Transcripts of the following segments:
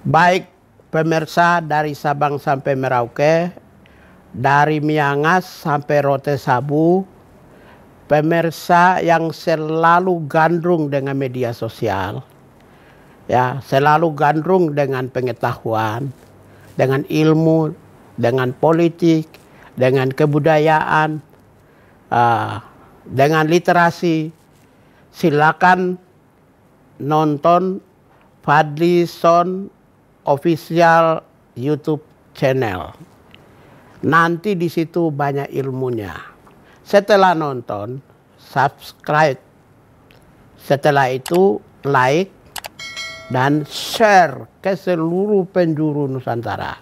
Baik pemirsa dari Sabang sampai Merauke, dari Miangas sampai Rote Sabu, pemirsa yang selalu gandrung dengan media sosial, ya, selalu gandrung dengan pengetahuan, dengan ilmu, dengan politik, dengan kebudayaan, dengan literasi. Silakan nonton Fadlizon official YouTube channel. Nanti di situ banyak ilmunya. Setelah nonton, subscribe. Setelah itu like dan share ke seluruh penjuru Nusantara.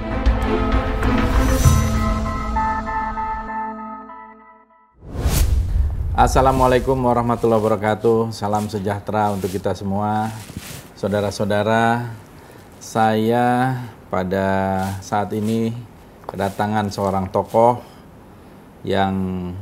Assalamualaikum warahmatullahi wabarakatuh. Salam sejahtera untuk kita semua. Saudara-saudara, saya pada saat ini kedatangan seorang tokoh yang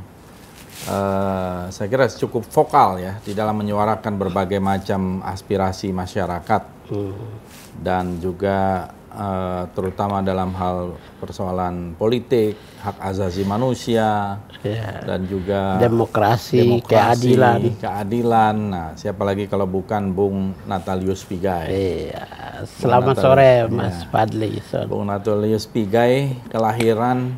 saya kira cukup vokal ya di dalam menyuarakan berbagai macam aspirasi masyarakat dan juga terutama dalam hal persoalan politik, hak asasi manusia, dan juga demokrasi, keadilan. Nah, siapa lagi kalau bukan Bung Natalius Pigai. Selamat sore Mas Fadli. Bung Natalius Pigai kelahiran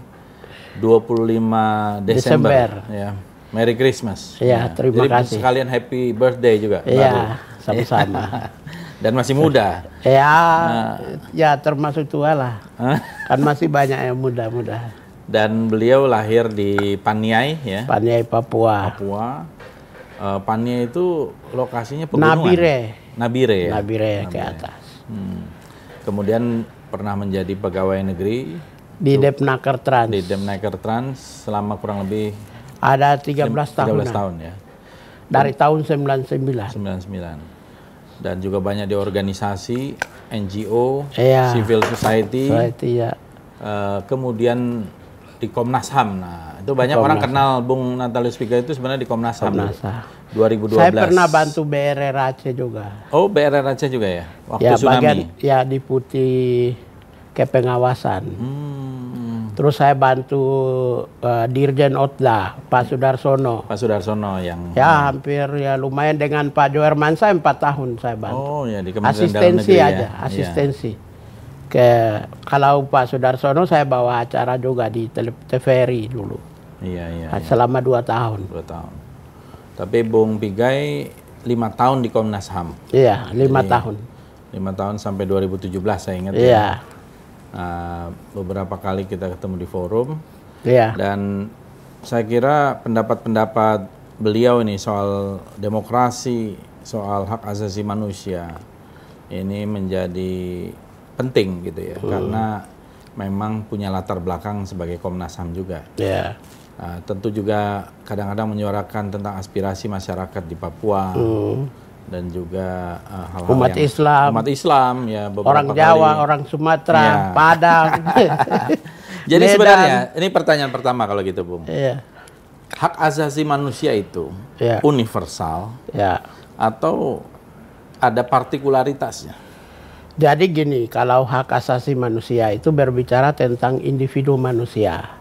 25 Desember. Ya. Merry Christmas. Terima kasih. Sekalian happy birthday juga. Sama-sama. Dan masih muda. Ya termasuk tua lah. Kan masih banyak yang muda-muda. Dan beliau lahir di Paniai ya. Paniai, Papua. Paniai itu lokasinya pegunungan. Nabire ke atas. Kemudian pernah menjadi pegawai negeri di Depnaker Trans. Di Depnaker Trans selama kurang lebih ada 13 tahun ya. Dari tahun 99. Dan juga banyak di organisasi, NGO, civil society, kemudian di Komnas HAM. Nah, itu banyak orang kenal Bung Natalius Pigai itu sebenarnya di Komnas HAM. 2012. Saya pernah bantu BRR Aceh juga. Oh, BRR Aceh juga ya? Waktu tsunami? Bagian, deputi kepengawasan. Terus saya bantu Dirjen Otda, Pak Sudarsono. Pak Sudarsono yang... Ya hampir ya lumayan dengan Pak Joerman saya 4 tahun saya bantu. Oh ya di Kementerian Dalam Negeri asistensi. Kalau Pak Sudarsono saya bawa acara juga di TVRI dulu. Selama 2 tahun. 2 tahun. Tapi Bung Pigai 5 tahun di Komnas HAM. Iya, 5 tahun. 5 tahun sampai 2017 saya ingat ya. Beberapa kali kita ketemu di forum, dan saya kira pendapat-pendapat beliau ini soal demokrasi, soal hak asasi manusia ini menjadi penting gitu ya, karena memang punya latar belakang sebagai Komnas HAM juga. Tentu juga kadang-kadang menyuarakan tentang aspirasi masyarakat di Papua. Dan juga hal-hal umat Islam ya, orang Jawa, orang Sumatera, Padang. Jadi sebenarnya ini pertanyaan pertama kalau gitu, Bung. Hak asasi manusia itu universal atau ada partikularitasnya? Jadi gini, kalau hak asasi manusia itu berbicara tentang individu manusia.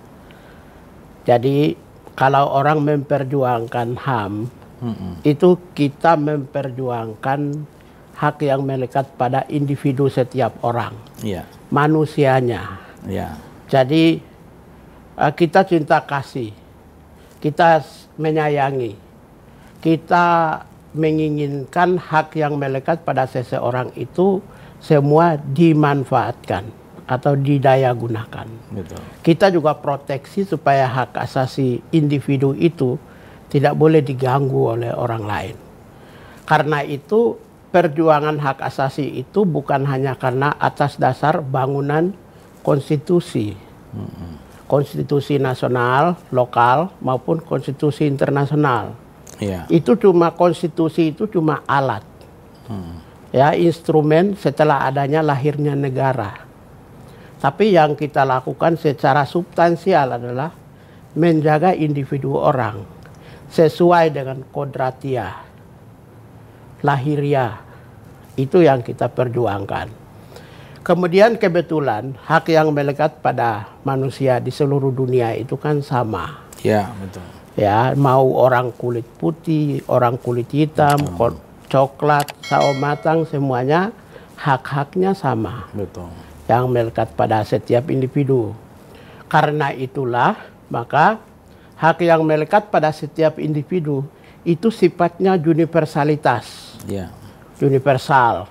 Jadi kalau orang memperjuangkan HAM, itu kita memperjuangkan hak yang melekat pada individu setiap orang, manusianya. Jadi kita cinta kasih, kita menyayangi, kita menginginkan hak yang melekat pada seseorang itu semua dimanfaatkan atau didaya gunakan. Kita juga proteksi supaya hak asasi individu itu tidak boleh diganggu oleh orang lain. Karena itu perjuangan hak asasi itu bukan hanya karena atas dasar bangunan konstitusi. Konstitusi nasional, lokal maupun konstitusi internasional. Itu cuma konstitusi itu cuma alat. Instrumen setelah adanya lahirnya negara. Tapi yang kita lakukan secara substansial adalah menjaga individu orang sesuai dengan kodratiah, lahiriah. Itu yang kita perjuangkan. Kemudian kebetulan hak yang melekat pada manusia di seluruh dunia itu kan sama. Ya, betul. Ya, mau orang kulit putih, orang kulit hitam, coklat, sawo matang, semuanya hak-haknya sama. Betul. Yang melekat pada setiap individu. Karena itulah, maka hak yang melekat pada setiap individu itu sifatnya universalitas. Ya. Universal.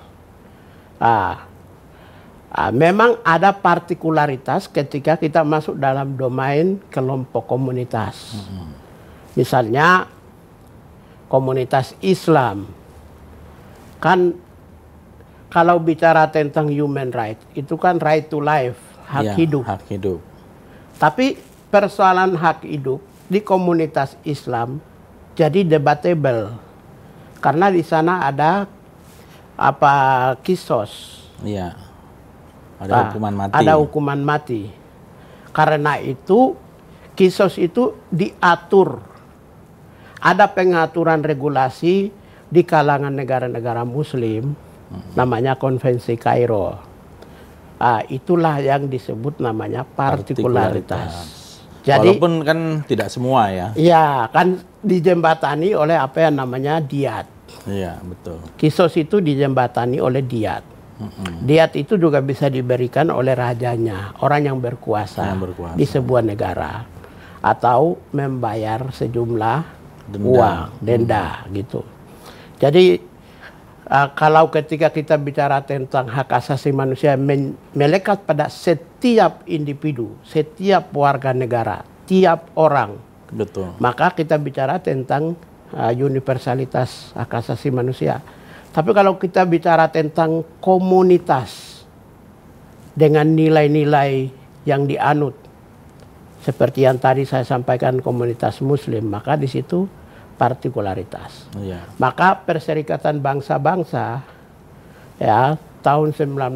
Memang ada partikularitas ketika kita masuk dalam domain kelompok komunitas. Misalnya komunitas Islam. Kan kalau bicara tentang human right, itu kan right to life, hak hidup. Hak hidup. Tapi persoalan hak hidup di komunitas Islam jadi debatable. Karena di sana ada kisos. Iya. Ada hukuman mati. Ada hukuman mati. Karena itu kisos itu diatur. Ada pengaturan regulasi di kalangan negara-negara Muslim, namanya Konvensi Kairo. Itulah yang disebut namanya partikularitas. Jadi, walaupun kan tidak semua ya. Iya, kan dijembatani oleh apa yang namanya diat. Iya, betul. Kisos itu dijembatani oleh diat. Diat itu juga bisa diberikan oleh rajanya, orang yang berkuasa di sebuah negara, atau membayar sejumlah uang, denda gitu. Jadi kalau ketika kita bicara tentang hak asasi manusia melekat pada setiap individu, setiap warga negara, tiap orang. Betul. Maka kita bicara tentang universalitas hak asasi manusia. Tapi kalau kita bicara tentang komunitas dengan nilai-nilai yang dianut, seperti yang tadi saya sampaikan komunitas Muslim, maka di situ partikularitas. Maka Perserikatan Bangsa-Bangsa ya tahun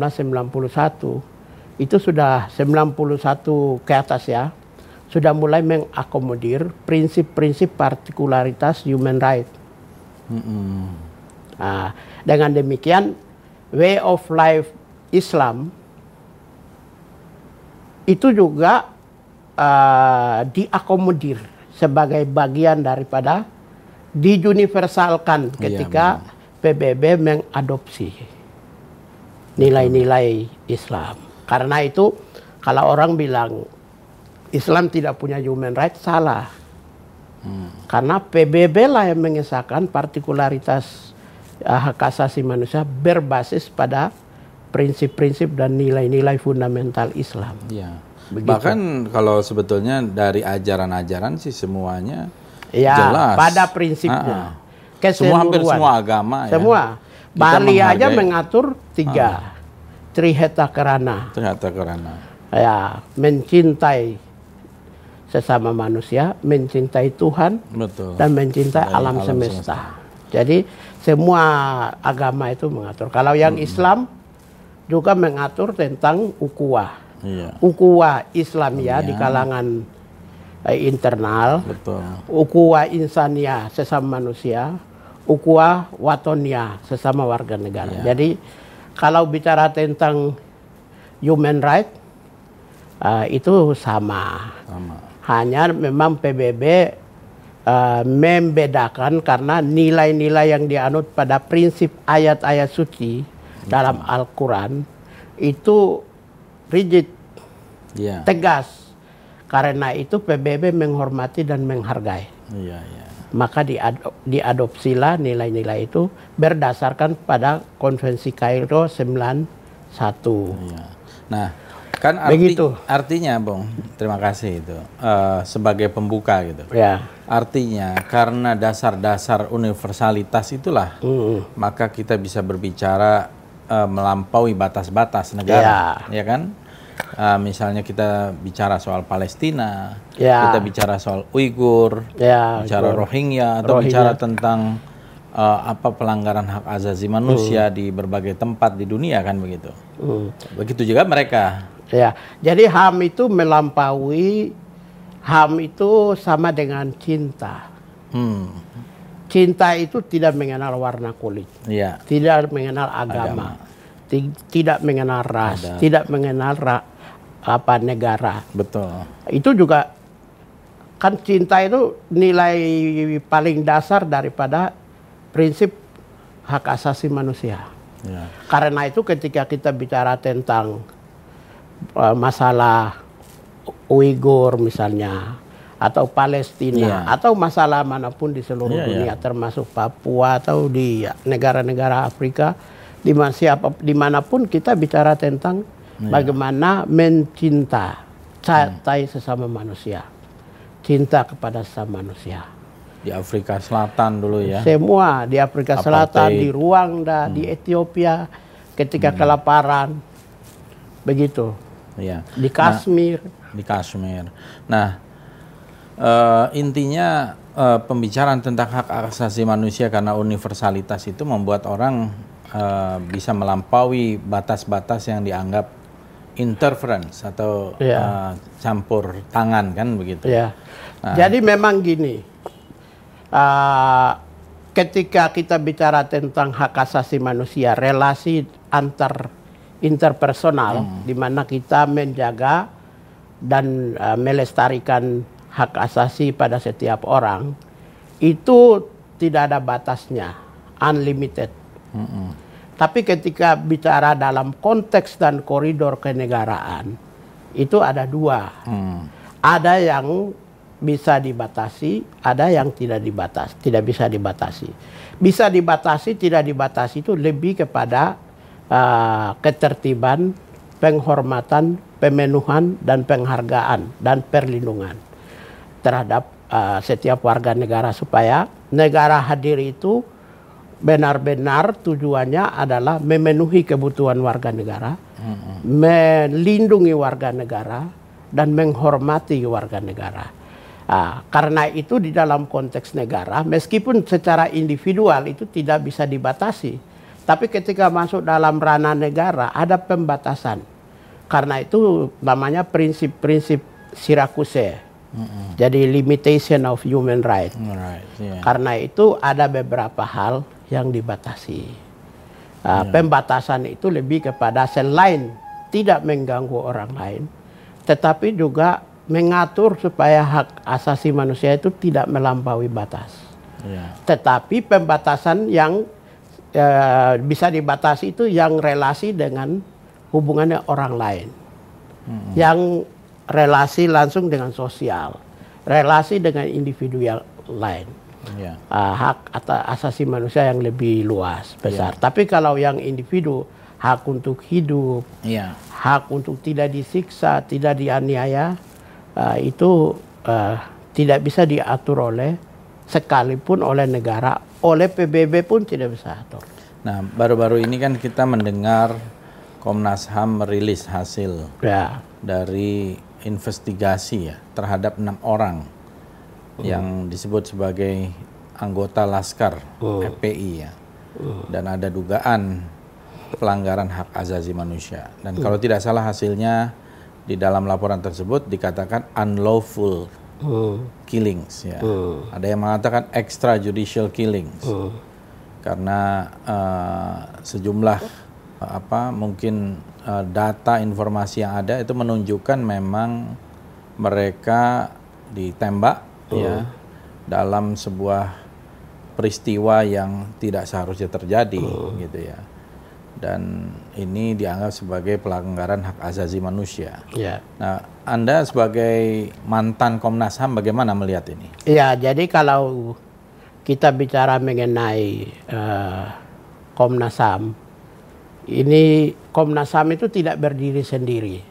1991 itu sudah 91 ke atas ya, sudah mulai mengakomodir prinsip-prinsip partikularitas human right. Dengan demikian way of life Islam itu juga diakomodir sebagai bagian daripada diuniversalkan ketika PBB mengadopsi nilai-nilai Islam. Karena itu kalau orang bilang Islam tidak punya human right, salah. Karena PBB lah yang mengesahkan partikularitas hak asasi manusia berbasis pada prinsip-prinsip dan nilai-nilai fundamental Islam. Ya. Bahkan kalau sebetulnya dari ajaran-ajaran sih semuanya jelas. Pada prinsipnya. Hampir semua agama semua. Ya. Bali aja mengatur 3. Triheta Karana. Ya, mencintai sesama manusia, mencintai Tuhan, dan mencintai alam semesta. Jadi semua agama itu mengatur. Kalau yang Islam juga mengatur tentang ukhuwah. Ukhuwah Islamiyah di kalangan internal, ukhuwah insaniyah sesama manusia, ukhuwah watoniyah sesama warga negara. Jadi kalau bicara tentang human right itu sama. Hanya memang PBB membedakan karena nilai-nilai yang dianut pada prinsip ayat-ayat suci dalam Al-Quran itu rigid, tegas. Karena itu PBB menghormati dan menghargai. Maka diadopsilah nilai-nilai itu berdasarkan pada Konvensi Kairo 91. Nah, kan artinya, Bung, terima kasih itu sebagai pembuka gitu. Artinya karena dasar-dasar universalitas itulah, maka kita bisa berbicara melampaui batas-batas negara, ya kan? Misalnya kita bicara soal Palestina, kita bicara soal Uighur, bicara Rohingya, atau bicara tentang pelanggaran hak asasi manusia di berbagai tempat di dunia, kan begitu. Begitu juga mereka. Ya, jadi HAM itu melampaui, HAM itu sama dengan cinta. Cinta itu tidak mengenal warna kulit, tidak mengenal agama. tidak mengenal ras, tidak mengenal negara. Betul. Itu juga kan cinta itu nilai paling dasar daripada prinsip hak asasi manusia. Ya. Karena itu ketika kita bicara tentang masalah Uighur misalnya, atau Palestina, atau masalah manapun di seluruh dunia, termasuk Papua atau di negara-negara Afrika, dimanapun kita bicara tentang bagaimana mencintai sesama manusia, cinta kepada sesama manusia. Di Afrika Selatan dulu ya. Semua di Afrika Selatan, di Rwanda, di Ethiopia, ketika kelaparan, begitu. Ya. Di Kashmir. Di Kashmir. Nah, intinya pembicaraan tentang hak asasi manusia karena universalitas itu membuat orang bisa melampaui batas-batas yang dianggap interference atau campur tangan kan begitu. Ya. Nah, jadi memang gini. Ketika kita bicara tentang hak asasi manusia, relasi interpersonal, di mana kita menjaga dan melestarikan hak asasi pada setiap orang, itu tidak ada batasnya, unlimited. Tapi ketika bicara dalam konteks dan koridor kenegaraan, itu ada dua. Ada yang bisa dibatasi, ada yang tidak bisa dibatasi. Bisa dibatasi, tidak dibatasi itu lebih kepada ketertiban, penghormatan, pemenuhan, dan penghargaan, dan perlindungan terhadap setiap warga negara, supaya negara hadir itu benar-benar tujuannya adalah memenuhi kebutuhan warga negara, melindungi warga negara, dan menghormati warga negara. Karena itu di dalam konteks negara, meskipun secara individual itu tidak bisa dibatasi, tapi ketika masuk dalam ranah negara ada pembatasan. Karena itu namanya prinsip-prinsip Syracuse. Jadi limitation of human right. Karena itu ada beberapa hal yang dibatasi. Pembatasan itu lebih kepada selain tidak mengganggu orang lain, tetapi juga mengatur supaya hak asasi manusia itu tidak melampaui batas. Tetapi pembatasan yang bisa dibatasi itu yang relasi dengan hubungannya orang lain, yang relasi langsung dengan sosial, relasi dengan individu yang lain. Hak asasi manusia yang lebih luas, besar. Tapi kalau yang individu, hak untuk hidup, hak untuk tidak disiksa, tidak dianiaya, itu tidak bisa diatur sekalipun oleh negara, oleh PBB pun tidak bisa atur. Nah, baru-baru ini kan kita mendengar Komnas HAM merilis hasil dari investigasi terhadap 6 orang yang disebut sebagai anggota Laskar FPI dan ada dugaan pelanggaran hak asasi manusia. Dan kalau tidak salah hasilnya di dalam laporan tersebut dikatakan unlawful killings Ada yang mengatakan extrajudicial killings karena sejumlah mungkin data informasi yang ada itu menunjukkan memang mereka ditembak dalam sebuah peristiwa yang tidak seharusnya terjadi gitu ya. Dan ini dianggap sebagai pelanggaran hak asasi manusia. Nah, Anda sebagai mantan Komnas HAM bagaimana melihat ini? Ya, jadi kalau kita bicara mengenai Komnas HAM, ini Komnas HAM itu tidak berdiri sendiri.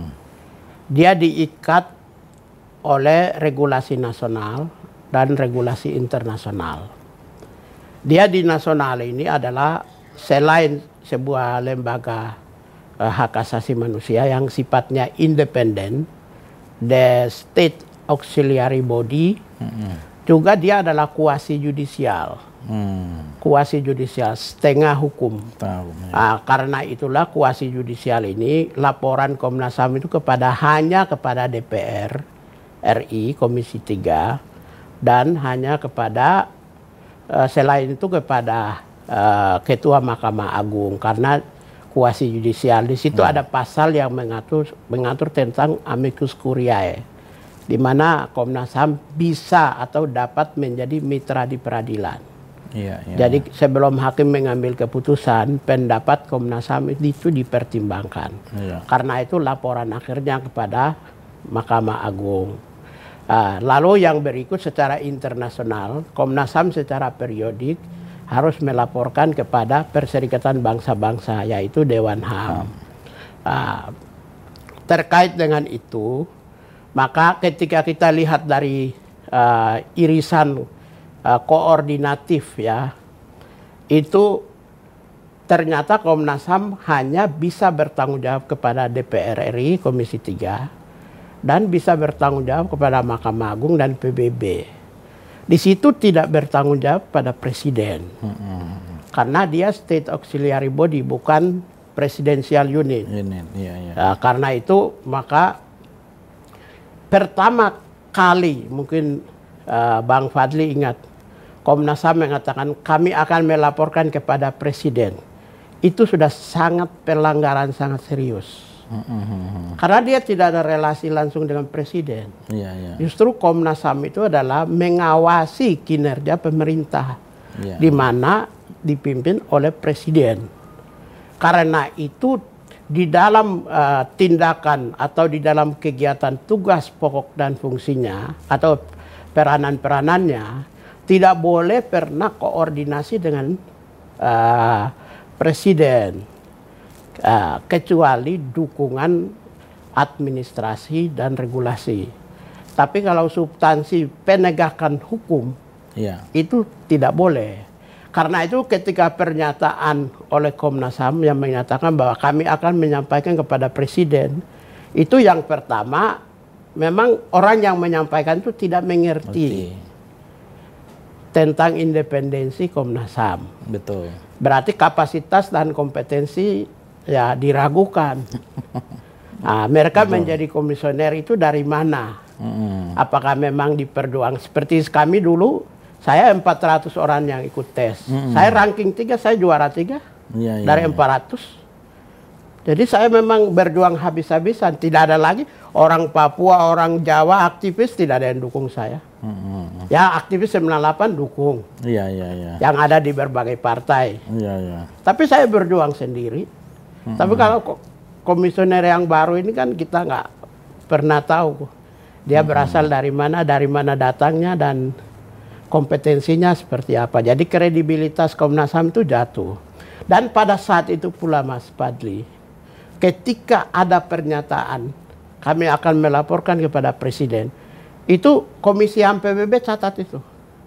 Dia diikat oleh regulasi nasional dan regulasi internasional. Dia di nasional ini adalah selain sebuah lembaga hak asasi manusia yang sifatnya independen, the state auxiliary body, juga dia adalah kuasi yudisial. Kuasi yudisial, setengah hukum. Karena itulah kuasi yudisial ini, laporan Komnas HAM itu hanya kepada DPR RI, Komisi 3, dan hanya kepada, selain itu kepada Ketua Mahkamah Agung, karena kuasi yudisial. Di situ ada pasal yang mengatur tentang amicus curiae, di mana Komnas HAM bisa atau dapat menjadi mitra di peradilan. Jadi sebelum hakim mengambil keputusan, pendapat Komnas HAM itu dipertimbangkan. Karena itu laporan akhirnya kepada Mahkamah Agung. Lalu yang berikut secara internasional, Komnas HAM secara periodik harus melaporkan kepada Perserikatan Bangsa-Bangsa, yaitu Dewan HAM. Terkait dengan itu, maka ketika kita lihat dari irisan koordinatif ya, itu ternyata Komnas HAM hanya bisa bertanggung jawab kepada DPR RI, Komisi 3, dan bisa bertanggung jawab kepada Mahkamah Agung dan PBB. Di situ tidak bertanggung jawab pada presiden, karena dia state auxiliary body, bukan presidential unit. Karena itu maka pertama kali mungkin Bang Fadli ingat, Komnas HAM mengatakan kami akan melaporkan kepada presiden. Itu sudah sangat pelanggaran sangat serius. Karena dia tidak ada relasi langsung dengan presiden. Justru Komnas HAM itu adalah mengawasi kinerja pemerintah, di mana dipimpin oleh presiden. Karena itu di dalam tindakan atau di dalam kegiatan tugas pokok dan fungsinya atau peranan-peranannya tidak boleh pernah koordinasi dengan presiden. Kecuali dukungan administrasi dan regulasi. Tapi kalau substansi penegakan hukum, itu tidak boleh. Karena itu ketika pernyataan oleh Komnas HAM yang menyatakan bahwa kami akan menyampaikan kepada presiden, itu yang pertama, memang orang yang menyampaikan itu tidak mengerti tentang independensi Komnas HAM. Betul. Berarti kapasitas dan kompetensi ya diragukan. Mereka menjadi komisioner itu dari mana? Apakah memang diperjuang seperti kami dulu? Saya 400 orang yang ikut tes. Saya ranking 3, saya juara 3 dari 400. Jadi saya memang berjuang habis-habisan. Tidak ada lagi orang Papua, orang Jawa aktivis, tidak ada yang dukung saya. Ya aktivis 98 dukung. Yang ada di berbagai partai. Tapi saya berjuang sendiri. Tapi kalau komisioner yang baru ini kan kita nggak pernah tahu dia berasal dari mana datangnya dan kompetensinya seperti apa. Jadi kredibilitas Komnas HAM itu jatuh. Dan pada saat itu pula Mas Fadli, ketika ada pernyataan kami akan melaporkan kepada presiden, itu Komisi HAM PBB catat itu.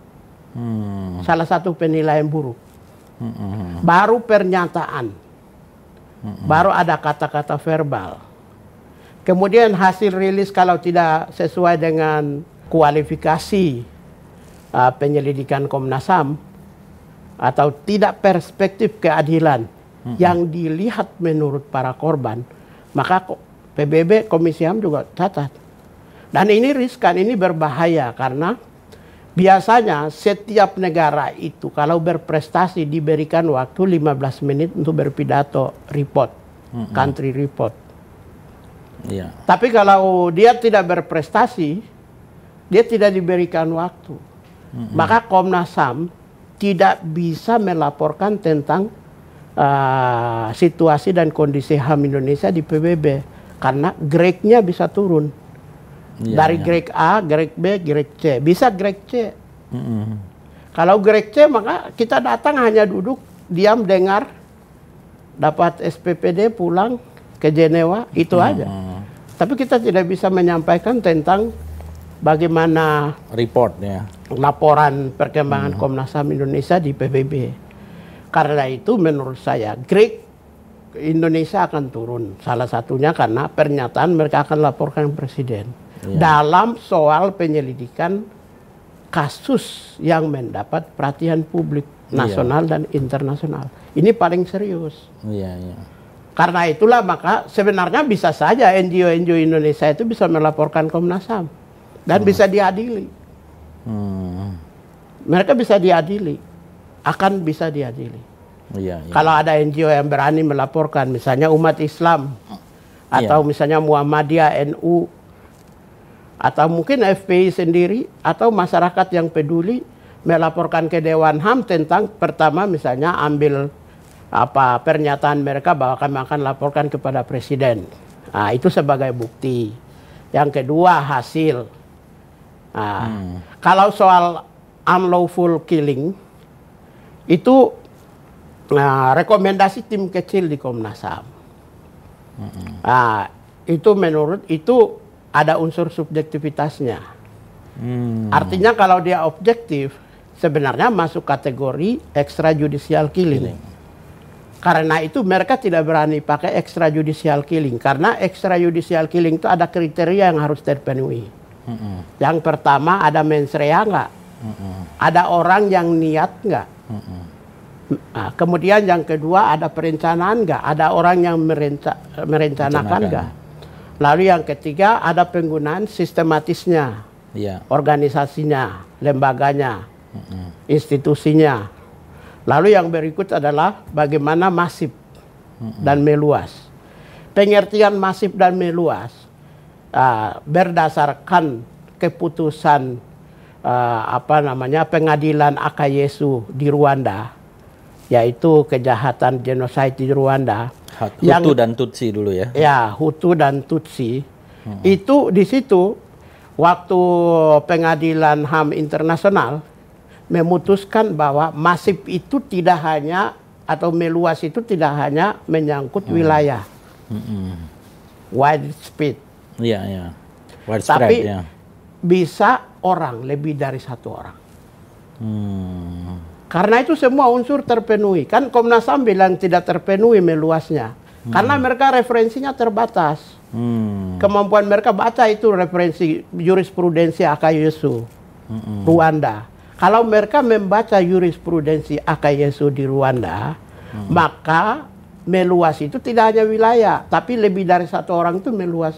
Salah satu penilaian buruk. Baru pernyataan. Baru ada kata-kata verbal. Kemudian hasil rilis kalau tidak sesuai dengan kualifikasi penyelidikan Komnas HAM atau tidak perspektif keadilan yang dilihat menurut para korban, maka PBB Komisi HAM juga catat. Dan ini riskan, ini berbahaya karena biasanya setiap negara itu kalau berprestasi diberikan waktu 15 menit untuk berpidato report, country report. Tapi kalau dia tidak berprestasi, dia tidak diberikan waktu. Maka Komnas HAM tidak bisa melaporkan tentang situasi dan kondisi HAM Indonesia di PBB. Karena grade-nya bisa turun. Dari grade A, grade B, grade C. Bisa grade C. Kalau grade C maka kita datang hanya duduk, diam, dengar, dapat SPPD, pulang ke Jenewa, itu aja. Tapi kita tidak bisa menyampaikan tentang bagaimana laporan perkembangan Komnas HAM Indonesia di PBB. Karena itu menurut saya grade Indonesia akan turun. Salah satunya karena pernyataan mereka akan laporkan presiden. Dalam soal penyelidikan kasus yang mendapat perhatian publik nasional dan internasional. Ini paling serius. Karena itulah maka sebenarnya bisa saja NGO-NGO Indonesia itu bisa melaporkan Komnas HAM. Dan bisa diadili. Mereka bisa diadili. Akan bisa diadili. Kalau ada NGO yang berani melaporkan, misalnya umat Islam, atau misalnya Muhammadiyah, NU, atau mungkin FPI sendiri, atau masyarakat yang peduli melaporkan ke Dewan HAM tentang pertama misalnya ambil pernyataan mereka bahwa kami akan laporkan kepada Presiden. Nah, itu sebagai bukti. Yang kedua hasil. Kalau soal unlawful killing itu rekomendasi tim kecil di Komnas HAM. Itu menurut itu ada unsur subjektivitasnya. Artinya kalau dia objektif sebenarnya masuk kategori extrajudicial killing. Karena itu mereka tidak berani pakai extrajudicial killing karena extrajudicial killing itu ada kriteria yang harus terpenuhi. Yang pertama ada mens rea nggak? Ada orang yang niat nggak? Kemudian yang kedua ada perencanaan nggak? Ada orang yang merencanakan nggak? Lalu yang ketiga ada penggunaan sistematisnya, organisasinya, lembaganya, institusinya. Lalu yang berikut adalah bagaimana masif dan meluas. Pengertian masif dan meluas berdasarkan keputusan pengadilan Akayesu di Rwanda, yaitu kejahatan genosid di Rwanda. Hutu dan Tutsi dulu ya. Ya, Hutu dan Tutsi. Itu di situ waktu pengadilan HAM internasional memutuskan bahwa masif itu tidak hanya atau meluas itu tidak hanya menyangkut wilayah. Widespread. Widespread, tapi bisa orang, lebih dari satu orang. Karena itu semua unsur terpenuhi. Kan Komnas HAM bilang tidak terpenuhi meluasnya. Karena mereka referensinya terbatas. Kemampuan mereka baca itu referensi jurisprudensi Akayesu Rwanda. Kalau mereka membaca jurisprudensi Akayesu di Rwanda, maka meluas itu tidak hanya wilayah, tapi lebih dari satu orang itu meluas